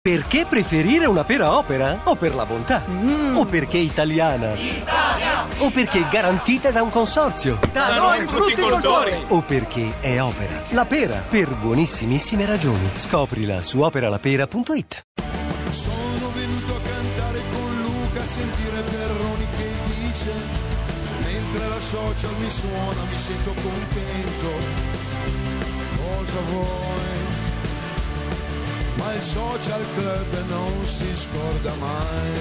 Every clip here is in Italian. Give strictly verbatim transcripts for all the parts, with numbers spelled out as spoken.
Perché preferire una pera Opera? O per la bontà? Mm. O perché italiana? Italia! O perché garantita da un consorzio? Da, da noi frutticoltori! O perché è Opera? La pera, per buonissimissime ragioni. Scoprila su operalapera punto it. Sono venuto a cantare con Luca, a sentire Perroni che dice: mentre la social mi suona mi sento contento. Cosa vuoi? Ma il social club non si scorda mai.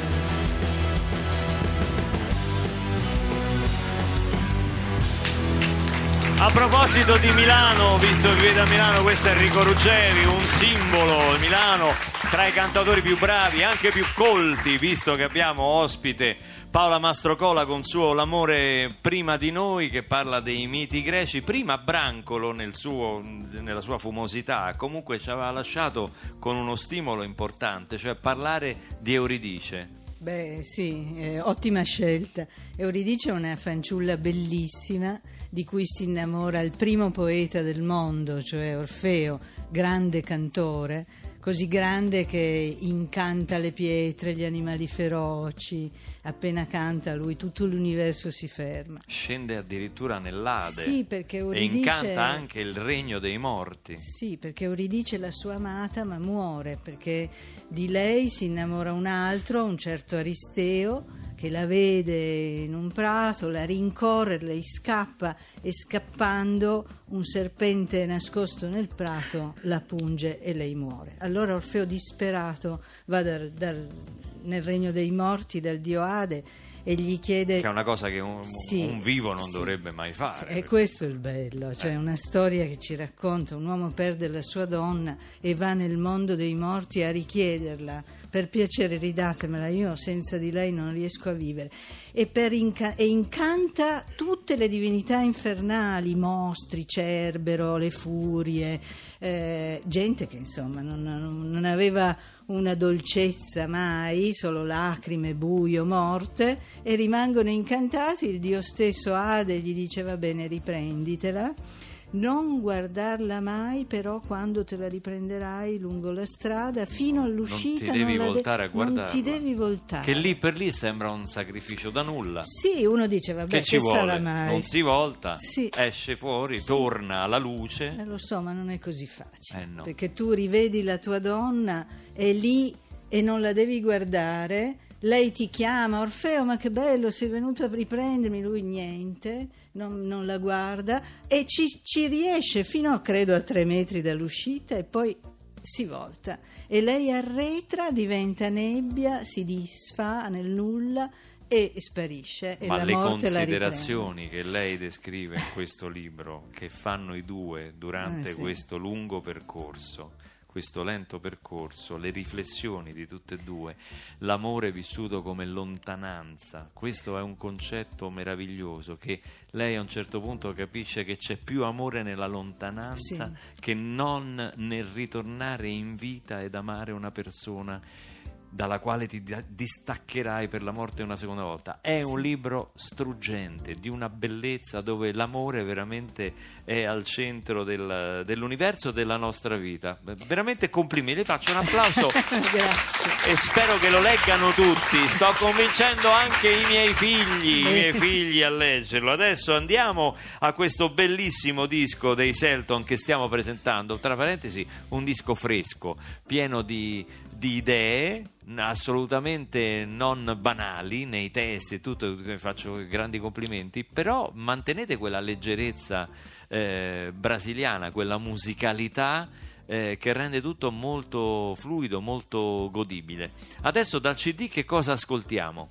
A proposito di Milano, visto che vive da Milano, questo è Enrico Ruggeri, un simbolo Milano, tra i cantatori più bravi, anche più colti, visto che abbiamo ospite Paola Mastrocola con suo L'amore prima di noi, che parla dei miti greci. Prima Brancolo nel suo, nella sua fumosità comunque ci aveva lasciato con uno stimolo importante, cioè parlare di Euridice. Beh sì, eh, ottima scelta. Euridice è una fanciulla bellissima di cui si innamora il primo poeta del mondo, cioè Orfeo, grande cantore, così grande che incanta le pietre, gli animali feroci. Appena canta lui tutto l'universo si ferma. Scende addirittura nell'Ade. Sì, perché Euridice... E incanta anche il regno dei morti. Sì, perché Euridice è la sua amata, ma muore, perché di lei si innamora un altro, un certo Aristeo, che la vede in un prato, la rincorre, lei scappa e scappando un serpente nascosto nel prato la punge e lei muore. Allora Orfeo disperato va dal, dal, nel regno dei morti dal dio Ade e gli chiede... Che è una cosa che un, sì, un vivo non sì, dovrebbe mai fare. E questo è il bello, cioè eh. una storia che ci racconta: un uomo perde la sua donna e va nel mondo dei morti a richiederla: per piacere ridatemela, io senza di lei non riesco a vivere. E, per inca- e incanta tutte le divinità infernali, mostri, Cerbero, le furie, eh, gente che insomma non, non, non aveva una dolcezza mai, solo lacrime, buio, morte, e rimangono incantati. Il dio stesso Ade gli dice: va bene, riprenditela, non guardarla mai, però quando te la riprenderai lungo la strada fino all'uscita non ti devi non voltare de- a guardarla, non ti devi voltare, che lì per lì sembra un sacrificio da nulla. Sì, uno dice vabbè, che ci che vuole, sarà mai? non si volta, sì. esce fuori, sì. torna alla luce. Eh, lo so, ma non è così facile, eh no. perché tu rivedi la tua donna, è lì e non la devi guardare. Lei ti chiama: Orfeo, ma che bello, sei venuto a riprendermi. Lui niente, non, non la guarda e ci, ci riesce fino a, credo, a tre metri dall'uscita, e poi si volta e lei arretra, diventa nebbia, si disfa nel nulla e sparisce, e ma la le morte considerazioni che lei descrive in questo libro, che fanno i due durante eh, sì. questo lungo percorso, questo lento percorso, le riflessioni di tutte e due, l'amore vissuto come lontananza, questo è un concetto meraviglioso, che lei a un certo punto capisce che c'è più amore nella lontananza, sì, che non nel ritornare in vita ed amare una persona dalla quale ti distaccherai per la morte una seconda volta. È sì. un libro struggente, di una bellezza, dove l'amore veramente è al centro del, dell'universo della nostra vita. Veramente complimenti, le faccio un applauso. Grazie. E spero che lo leggano tutti. Sto convincendo anche i miei figli, i miei figli a leggerlo. Adesso andiamo a questo bellissimo disco dei Selton che stiamo presentando, tra parentesi un disco fresco, pieno di, di idee assolutamente non banali nei testi e tutto, vi faccio grandi complimenti, però mantenete quella leggerezza eh, brasiliana, quella musicalità eh, che rende tutto molto fluido, molto godibile. Adesso dal C D che cosa ascoltiamo?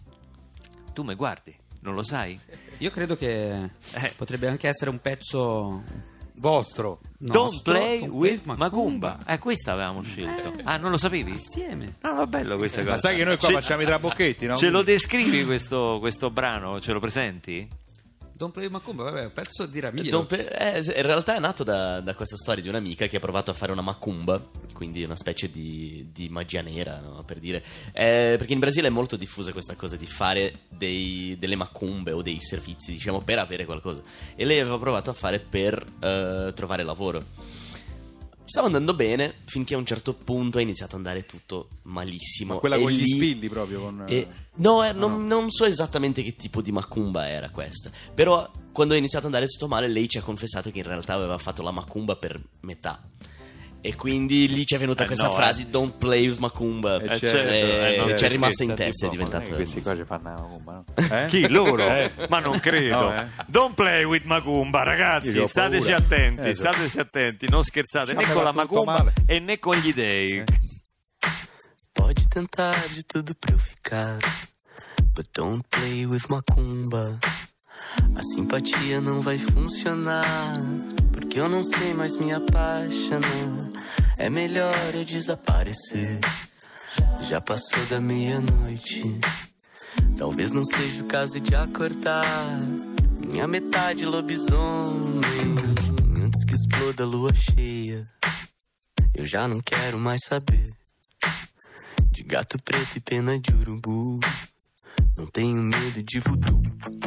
Tu me guardi, non lo sai? Io credo che eh. potrebbe anche essere un pezzo vostro. Don't Play with Macumba. Macumba. Eh, questa avevamo scelto. Eh, ah, non lo sapevi? Assieme. No, no, bello questa cosa. Ma sai che noi qua ce, facciamo i trabocchetti, no? Ce lo descrivi questo, questo brano? Ce lo presenti? Don't Play with Macumba, vabbè, un pezzo di Ramiro. Play, eh, in realtà è nato da, da questa storia di un'amica che ha provato a fare una macumba, quindi una specie di, di magia nera, no? Per dire, eh, perché in Brasile è molto diffusa questa cosa di fare dei, delle macumbe o dei servizi, diciamo, per avere qualcosa, e lei aveva provato a fare per uh, trovare lavoro. stava andando bene finché a un certo punto è iniziato ad andare tutto malissimo. Ma quella e con gli lì... spilli proprio con... e... no, eh, ah, non, no, non so esattamente che tipo di macumba era questa, però quando è iniziato ad andare tutto male lei ci ha confessato che in realtà aveva fatto la macumba per metà. E quindi lì ci è venuta Eh questa no, frase eh. don't play with macumba. Eh, eh, certo, eh, non ci è si rimasta in scherza, testa, è tipo, diventata questi qua ci fanno una macumba, no? Eh? Chi? Loro? Eh. Ma non credo. No, eh. Don't play with Macumba, ragazzi. Io ho Stateci paura. attenti, Eh, so. stateci attenti. Non scherzate Ci né aveva con la tutto Macumba male. e né con gli dei. Eh. Pode tentar de tudo pra eu ficar, but don't play with macumba. A simpatia não vai funcionar, porque eu não sei mais me apaixonar. É melhor eu desaparecer. Já passou da meia-noite. Talvez não seja o caso de acordar minha metade lobisomem antes que exploda a lua cheia. Eu já não quero mais saber de gato preto e pena de urubu. Não tenho medo de voodoo.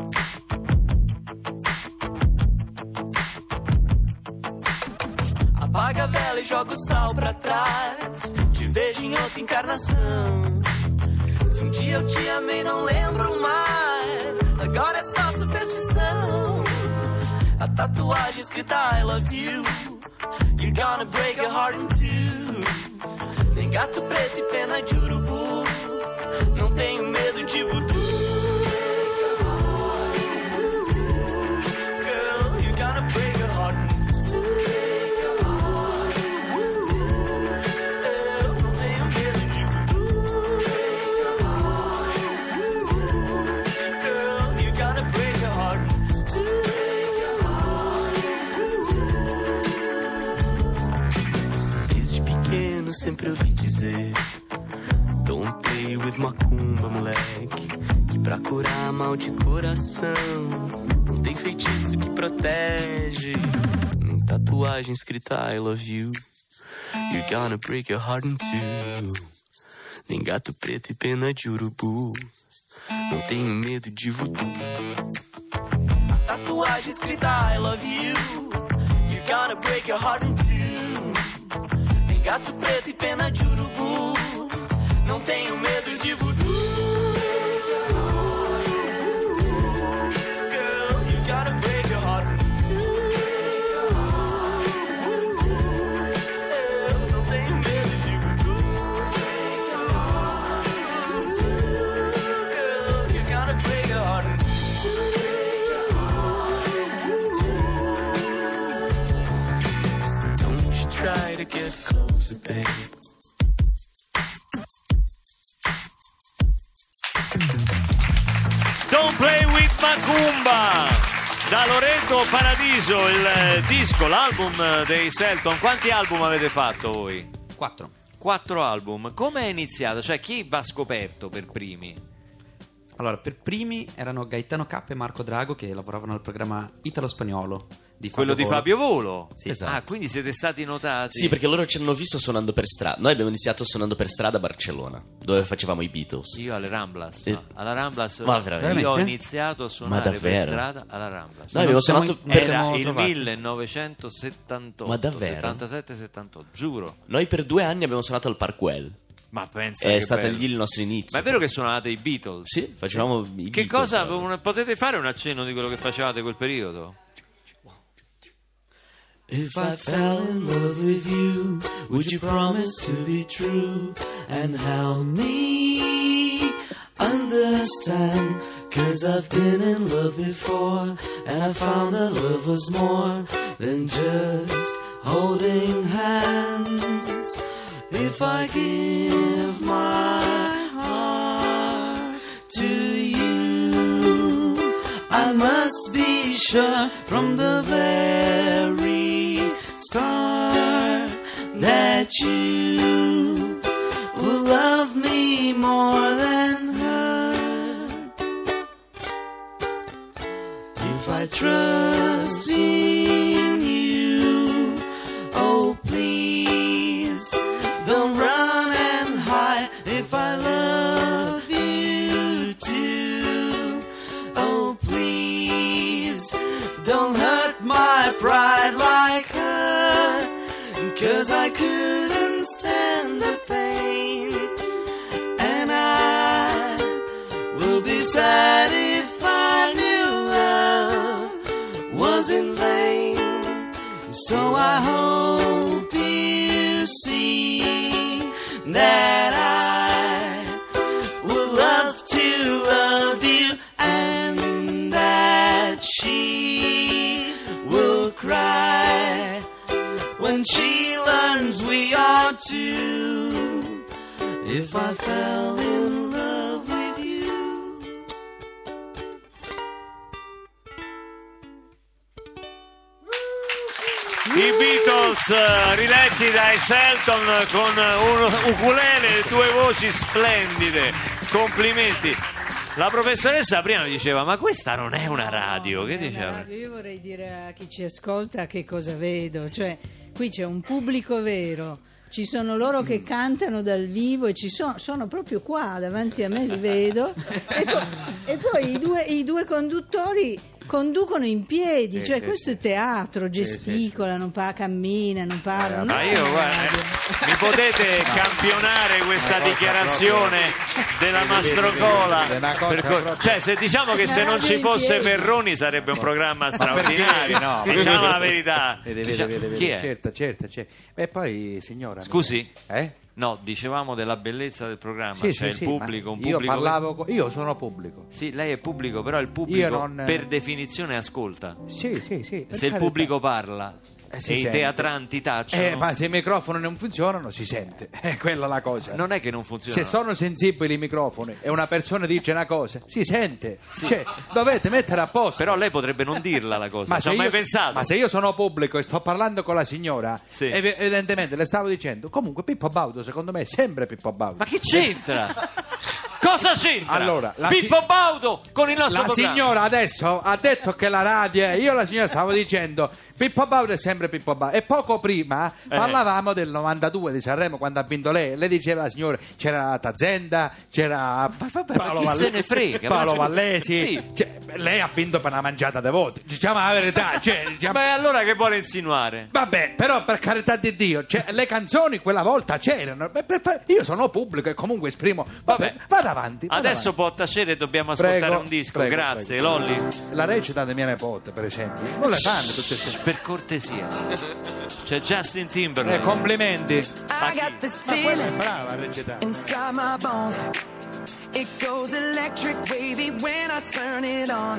Apaga a vela e joga o sal pra trás. Te vejo em outra encarnação. Se um dia eu te amei, não lembro mais. Agora é só superstição. A tatuagem escrita I love you. You're gonna break your heart in two. Nem gato preto e pena de urubu. Não tenho medo de voodoo. Girl, you're gonna break your heart in two. Eu não tenho medo de voodoo. Girl, you're gonna break your heart in two. Desde pequeno sempre ouvi dizer don't play with macumba, moleque, que pra curar mal de coração não tem feitiço que protege, nem tatuagem escrita I love you. You're gonna break your heart in two. Nem gato preto e pena de urubu. Não tenho medo de voodoo. A tatuagem escrita I love you. You're gonna break your heart in two. Nem gato preto e pena de urubu. Não tenho medo de voodoo. Girl, you gotta break your heart in two. Eu não tenho medo de voodoo. Girl, you gotta break your heart in two. Don't you try to get closer, babe. Don't play with Macumba da Loreto Paradiso, il eh, disco, l'album eh, dei Selton. Quanti album avete fatto voi? Quattro. Quattro album. Come è iniziato? Cioè, chi va scoperto per primi? Allora, per primi erano Gaetano K e Marco Drago, che lavoravano al programma Italo-Spagnolo di Fabio Quello di Volo. Fabio Volo? Sì, esatto. Ah, quindi siete stati notati? Sì, perché loro ci hanno visto suonando per strada. Noi abbiamo iniziato suonando per strada a Barcellona, dove facevamo i Beatles. Io alle Ramblas, Eh. no? Alla Ramblas. Ma veramente? Io ho iniziato a suonare Ma per davvero? strada alla Ramblas. Noi abbiamo Non siamo suonato in- per... siamo Era il trovati. millenovecentosettantotto. Ma davvero? settantasette settantotto, giuro. Noi per due anni abbiamo suonato al Parkwell. Ma pensa È che stato bello. lì il nostro inizio. Ma è vero che suonavate i Beatles? Sì, facevamo i Che Beatles, cosa proprio. potete fare un accenno di quello che facevate quel periodo? If I fell in love with you, would you promise to be true and help me understand? Cause I've been in love before and I found that love was more than just holding hands. If I give my heart to you, I must be sure from the very start that you will love me more than her. If I trust in you, oh please don't run and hide. If I love you too, oh please don't hurt my pride like her. 'Cause 'cause I couldn't stand the pain. And I will be sad if I knew love was in vain. So I hope you see that I would love to love you, and that she will cry when she learns we are two. If I fell in love with you. I Beatles, eh, riletti da Selton con un ukulele, due voci splendide, complimenti. La professoressa prima diceva: ma questa non è una radio, che diceva? Io vorrei dire a chi ci ascolta che cosa vedo, cioè qui c'è un pubblico vero, ci sono loro che cantano dal vivo e ci sono, sono proprio qua davanti a me, li vedo, e poi, e poi i, due, i due conduttori conducono in piedi, Sì, cioè sì, questo sì. è teatro, gesticolano, pa- camminano, parlano. Ma non è io, una guarda, radio. mi potete campionare questa cosa dichiarazione della Vedi, Mastrocola? vedi, vedi, è una cosa Per co- proprio- cioè, se diciamo che se Una non radio ci in fosse piedi. Merroni sarebbe un programma perché? straordinario. No, Diciamo ma- la verità. Vede, vede, Diciamo- vede, vede. Chi è? Certo, certo, certo. E poi, signora mia- Scusi? Eh? No, dicevamo della bellezza del programma, Sì, cioè sì, sì, il pubblico, ma un io pubblico. parlavo co- io sono pubblico. Sì, lei è pubblico, però il pubblico Io non- per definizione ascolta. Sì, sì, sì. per Se il carità. pubblico parla Eh, si e i sente. teatranti tacciono, Eh, ma se i microfoni non funzionano si sente, è quella la cosa. non è che non funziona. Se sono sensibili i microfoni e una persona dice una cosa, si sente. Cioè, dovete mettere a posto. Però lei potrebbe non dirla la cosa. Ma Ci ha se mai io- pensato? Ma se io sono pubblico e sto parlando con la signora, Sì. ev- evidentemente le stavo dicendo, comunque Pippo Baudo secondo me è sempre Pippo Baudo. Ma che c'entra? Cosa c'entra? Allora, la Pippo si- Baudo con il nostro La programma. signora adesso ha detto che la radio è... Io la signora stavo dicendo Pippo Baudo è sempre Pippo Baudo. E poco prima parlavamo del novantadue di Sanremo, quando ha vinto lei. Lei diceva, signore, c'era Tazenda, c'era vabbè, ma chi se ne frega? Paolo Ma- Vallesi. Sì. Cioè, lei ha vinto per una mangiata di voti. Diciamo la verità. Cioè, diciamo- Beh, allora che vuole insinuare? Vabbè, però per carità di Dio, cioè, le canzoni quella volta c'erano. Beh, per- per- io sono pubblico e comunque esprimo. Vabbè, Vabbè. vada avanti. vada Adesso avanti. può tacere, dobbiamo ascoltare Prego, un disco. prego, Grazie, prego. Lolli. La recita di mia nipote, per esempio. Non le fanno tutte queste. Per cortesia. C'è Justin Eh, Timberlake. complimenti. I got this Ma quella è feeling brava a recitare. inside my bones. It goes electric wavy when I turn it on.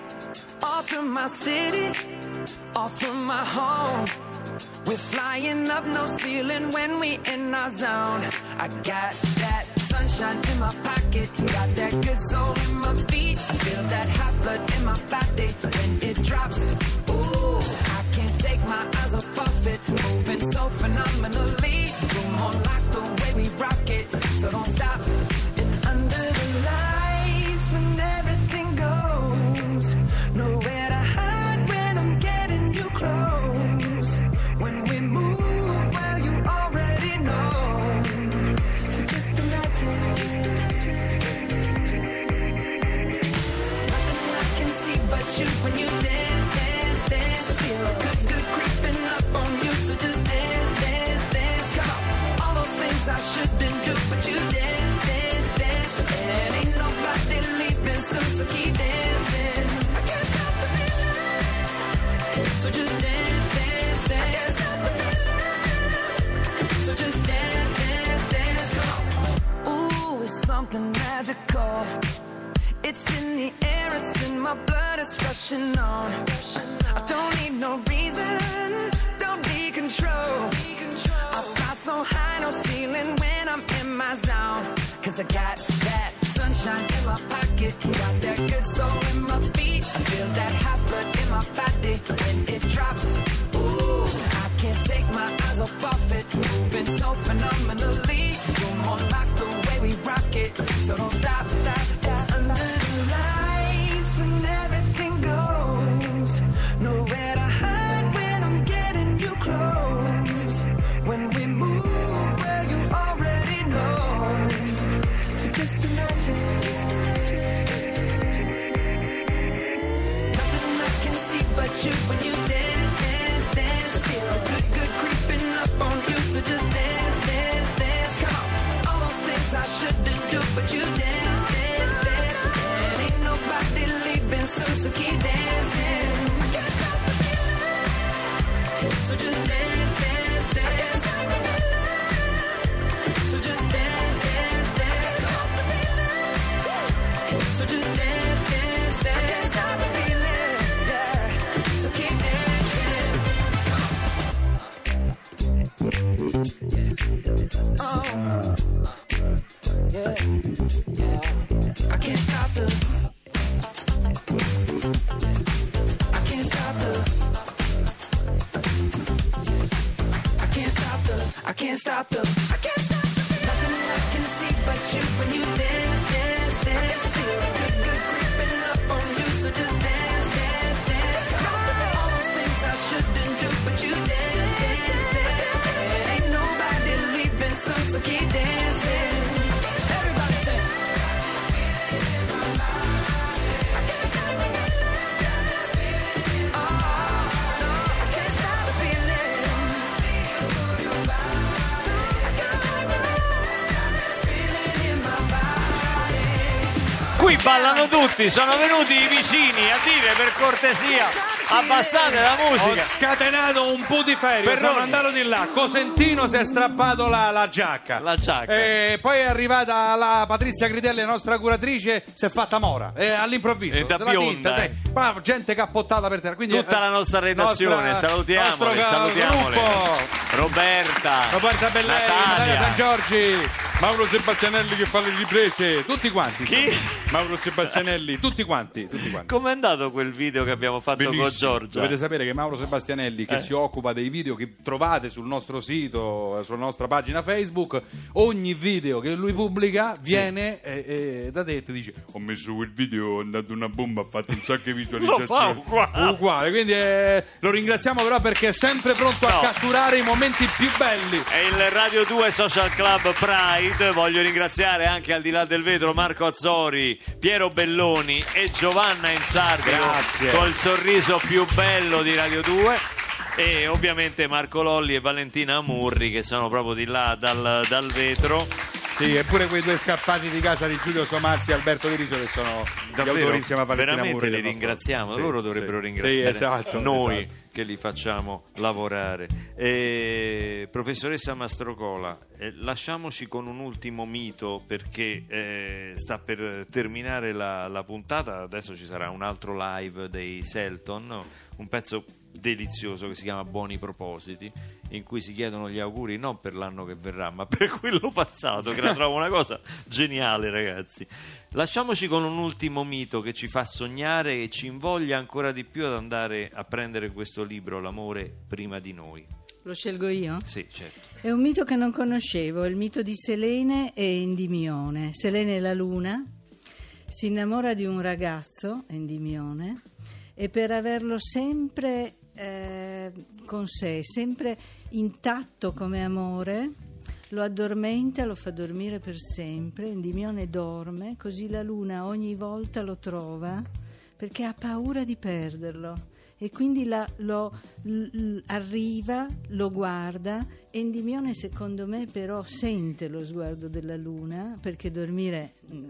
Off from my city, off from my home. We're flying up no ceiling when we in our zone. I got that sunshine in my pocket, got that good soul in my feet. I feel that hot blood in my body when it drops. Ooh, I can't take my eyes off of it, moving so phenomenally. Come on, like the way we rock it, so don't stop. And under the lights when everything goes, nowhere to hide when I'm getting you close. When we move, well, you already know. So just imagine. Nothing I can see but you when you dance, dance, dance. Feel good, good creeping up on you. So just dance, dance, dance. Come on. All those things I shouldn't do, but you dance, dance, dance. And ain't nobody leaving soon, so keep dancing. I can't stop the feeling. So just dance, dance, dance. So just dance, dance, dance. Come on. Ooh, it's something magical. It's in the air, it's in my blood, it's rushing on. I don't need no reason, don't need control. I fly so high, no ceiling when I'm in my zone. Cause I got that sunshine in my pocket, got that good soul in my feet. I feel that hot blood in my body when it drops. Ooh, I can't take my eyes off of it, moving so phenomenally. You're more like the way we rock it, so don't stop, stop, stop. Under the lights when everything goes, nowhere to hide when I'm getting you close. When we move, well, you already know. So just imagine. Nothing I can see but you when you dance, dance, dance. Feel good, good creeping up on you. but you dance, dance, dance. And ain't nobody leaving soon, so keep dancing. I can't stop the feeling. So just dance, dance, dance. So just dance, dance, dance. So just dance, dance, dance. I can't stop the feeling. Yeah. So keep dancing. Oh. Yeah. Yeah. I can't stop the. I can't stop the. I can't stop the. I can't stop the. I can't stop the. Nothing I can see but you when you dance, dance, dance. Feel good, good creeping up on you, so just dance, dance, dance. All those things I shouldn't do, but you dance, dance, dance. And ain't nobody leaving soon, so keep dancing. Everybody say. I can't stop the feeling. Oh, no, I can't stop the feeling. Qui ballano tutti, sono venuti i vicini a dire per cortesia abbassate la Ho musica. scatenato un putiferio, Perrone. sono andato di là, Cosentino si è strappato la, la giacca. La giacca. E poi è arrivata la Patrizia Critelli, la nostra curatrice, si è fatta mora, e all'improvviso. E da della bionda, tinta, eh. dai. Qua gente cappottata per terra. Quindi, Tutta eh, la nostra redazione, nostra- salutiamole, nostro ca- salutiamole. gruppo. Roberta, Roberta Belleri, Natalia Natalia. San Giorgi, Mauro Sebastianelli che fa le riprese, tutti quanti. Chi? Mauro Sebastianelli, tutti quanti, tutti quanti. Com'è andato quel video che abbiamo fatto Bellissimo. con Giorgia? Dovete sapere che Mauro Sebastianelli, che Eh. si occupa dei video che trovate sul nostro sito, sulla nostra pagina Facebook, ogni video che lui pubblica viene eh, eh, da te e ti dice: ho messo quel video, è andato una bomba, ha fatto un sacco di visualizzazioni. Lo fa uguale. Uguale, quindi eh, lo ringraziamo però perché è sempre pronto No. a catturare i momenti più belli. È il Radio due Social Club Pride. Voglio ringraziare anche al di là del vetro Marco Azzori, Piero Belloni e Giovanna Insardi Grazie. col sorriso più bello di Radio due, e ovviamente Marco Lolli e Valentina Amurri che sono proprio di là dal, dal vetro. Sì, e pure quei due scappati di casa di Giulio Somazzi e Alberto De Riso che sono gli Davvero, autori insieme a Valentina veramente Murri li del nostro- ringraziamo. Sì, Loro dovrebbero sì. ringraziare Sì, esatto, noi esatto. che li facciamo lavorare. E, professoressa Mastrocola, eh, lasciamoci con un ultimo mito perché eh, sta per terminare la, la puntata. Adesso ci sarà un altro live dei Selton, un pezzo delizioso che si chiama Buoni Propositi, in cui si chiedono gli auguri non per l'anno che verrà ma per quello passato, che la trovo una cosa geniale, ragazzi. Lasciamoci con un ultimo mito che ci fa sognare e ci invoglia ancora di più ad andare a prendere questo libro, L'amore prima di noi. Lo scelgo io? Sì, certo. È un mito che non conoscevo, è il mito di Selene e Endimione. Selene è la luna, si innamora di un ragazzo, Endimione, e per averlo sempre eh, con sé, sempre intatto come amore, lo addormenta, lo fa dormire per sempre. Endimione dorme, così la luna ogni volta lo trova perché ha paura di perderlo. E quindi la, lo l, arriva, lo guarda. Endimione secondo me però sente lo sguardo della luna, perché dormire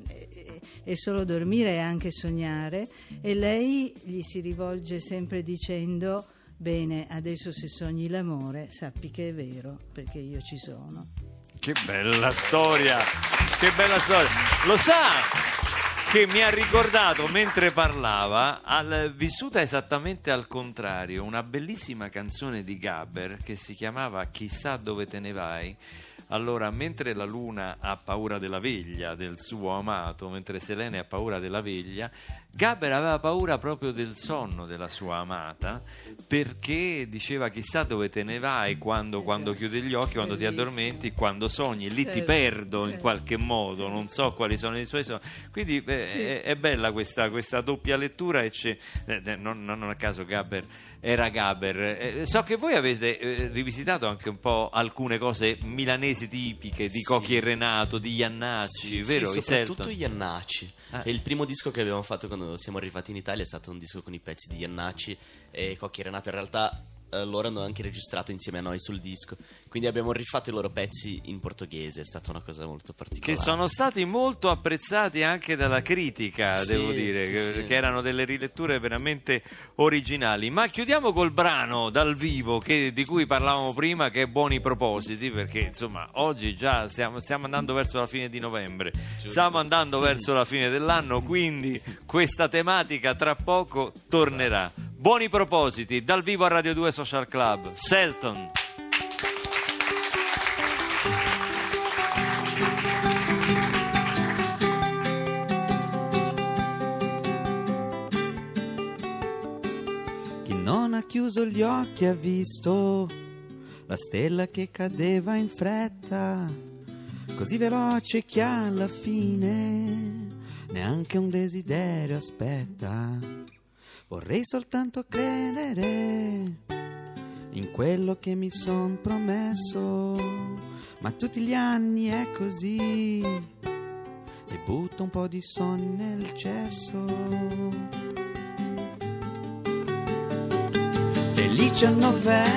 è, è solo dormire, è anche sognare, e lei gli si rivolge sempre dicendo: bene, adesso se sogni l'amore sappi che è vero, perché io ci sono. Che bella storia, che bella storia. Lo sa che mi ha ricordato mentre parlava, al, vissuta esattamente al contrario, una bellissima canzone di Gaber che si chiamava Chissà dove te ne vai. Allora, mentre la luna ha paura della veglia del suo amato, mentre Selene ha paura della veglia, Gaber aveva paura proprio del sonno della sua amata, perché diceva: chissà dove te ne vai quando, quando chiudi gli occhi, quando ti addormenti, quando sogni, lì ti Certo, perdo in certo. qualche modo, non so quali sono i suoi sogni. Quindi eh, Sì. è, è bella questa, questa doppia lettura, e c'è, eh, non, non a caso Gaber era Gaber. Eh, so che voi avete eh, rivisitato anche un po' alcune cose milanesi tipiche di Sì. Cocchi e Renato, di Iannacci, vero? Sì, I soprattutto Selton. Iannacci. Ah. E il primo disco che abbiamo fatto quando siamo arrivati in Italia è stato un disco con i pezzi di Iannacci, e Cocchi e Renato in realtà eh, loro hanno anche registrato insieme a noi sul disco, quindi abbiamo rifatto i loro pezzi in portoghese, è stata una cosa molto particolare. Che sono stati molto apprezzati anche dalla critica, Sì, devo dire, sì, che, sì. che erano delle riletture veramente originali. Ma chiudiamo col brano dal vivo che, di cui parlavamo prima, che è Buoni Propositi, perché insomma oggi già stiamo, stiamo andando verso la fine di novembre, stiamo andando verso la fine dell'anno, quindi questa tematica tra poco tornerà. Buoni Propositi dal vivo a Radio due Social Club, Selton. Chi non ha chiuso gli occhi ha visto la stella che cadeva in fretta, così veloce che alla fine neanche un desiderio aspetta. Vorrei soltanto credere in quello che mi son promesso, ma tutti gli anni è così e butto un po' di sogni nel cesso. Felice anno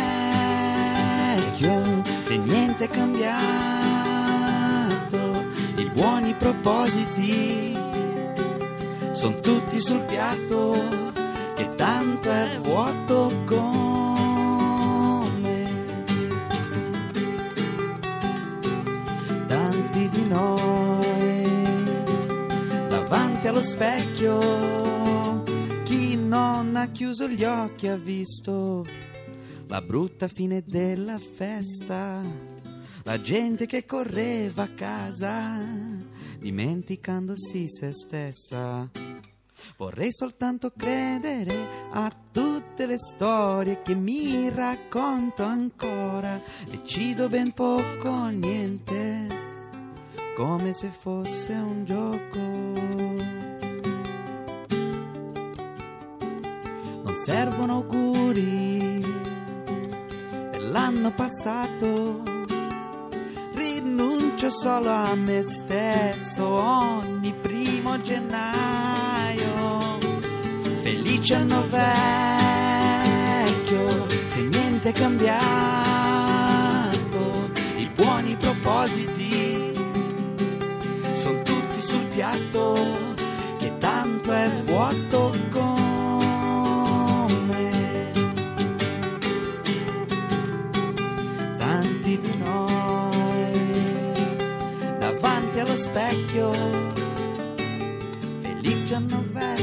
vecchio, se niente è cambiato, i buoni propositi son tutti sul piatto, che tanto è vuoto come tanti di noi davanti allo specchio. Chi non ha chiuso gli occhi ha visto la brutta fine della festa, la gente che correva a casa dimenticandosi se stessa. Vorrei soltanto credere a tutte le storie che mi racconto ancora. Decido ben poco o niente, come se fosse un gioco. Non servono auguri per l'anno passato, rinuncio solo a me stesso ogni primo gennaio. Felice anno vecchio, se niente è cambiato, i buoni propositi sono tutti sul piatto, che tanto è vuoto come tanti di noi davanti allo specchio. Felice anno vecchio.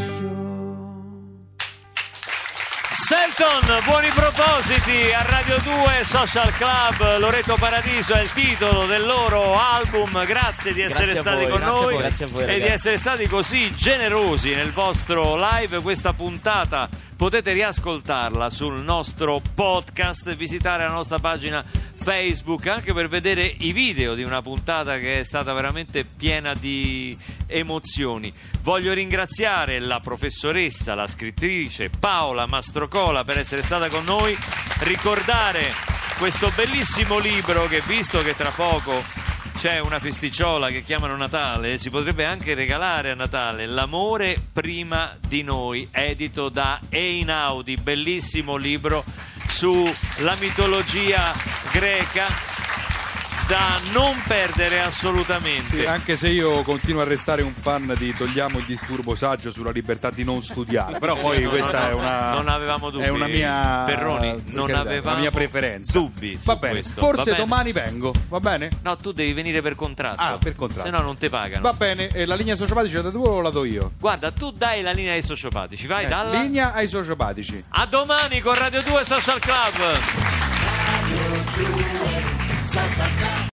Selton, Buoni Propositi a Radio due Social Club. Loreto Paradiso è il titolo del loro album. Grazie di essere Grazie a stati voi, con grazie a noi voi, grazie a voi, e di ragazzi. essere stati così generosi nel vostro live. Questa puntata potete riascoltarla sul nostro podcast, visitare la nostra pagina Facebook anche per vedere i video di una puntata che è stata veramente piena di emozioni. Voglio ringraziare la professoressa, la scrittrice Paola Mastrocola per essere stata con noi, ricordare questo bellissimo libro che, visto che tra poco c'è una festicciola che chiamano Natale, si potrebbe anche regalare a Natale, L'amore prima di noi, edito da Einaudi, bellissimo libro sulla mitologia greca da non perdere assolutamente. Sì, anche se io continuo a restare un fan di Togliamo il disturbo saggio sulla libertà di non studiare, però poi Sì, no, questa no, è una non avevamo dubbi, è una mia Perroni, per non carità, avevamo una mia preferenza. dubbi Va su bene, questo. forse Va bene? domani vengo, va bene? No, tu devi venire per contratto. Ah, per contratto. Se no non ti pagano. Va bene, e la linea sociopatici la dai tu o la do io? Guarda, tu dai la linea ai sociopatici, vai Eh, dalla linea ai sociopatici. a domani con Radio due Social Club.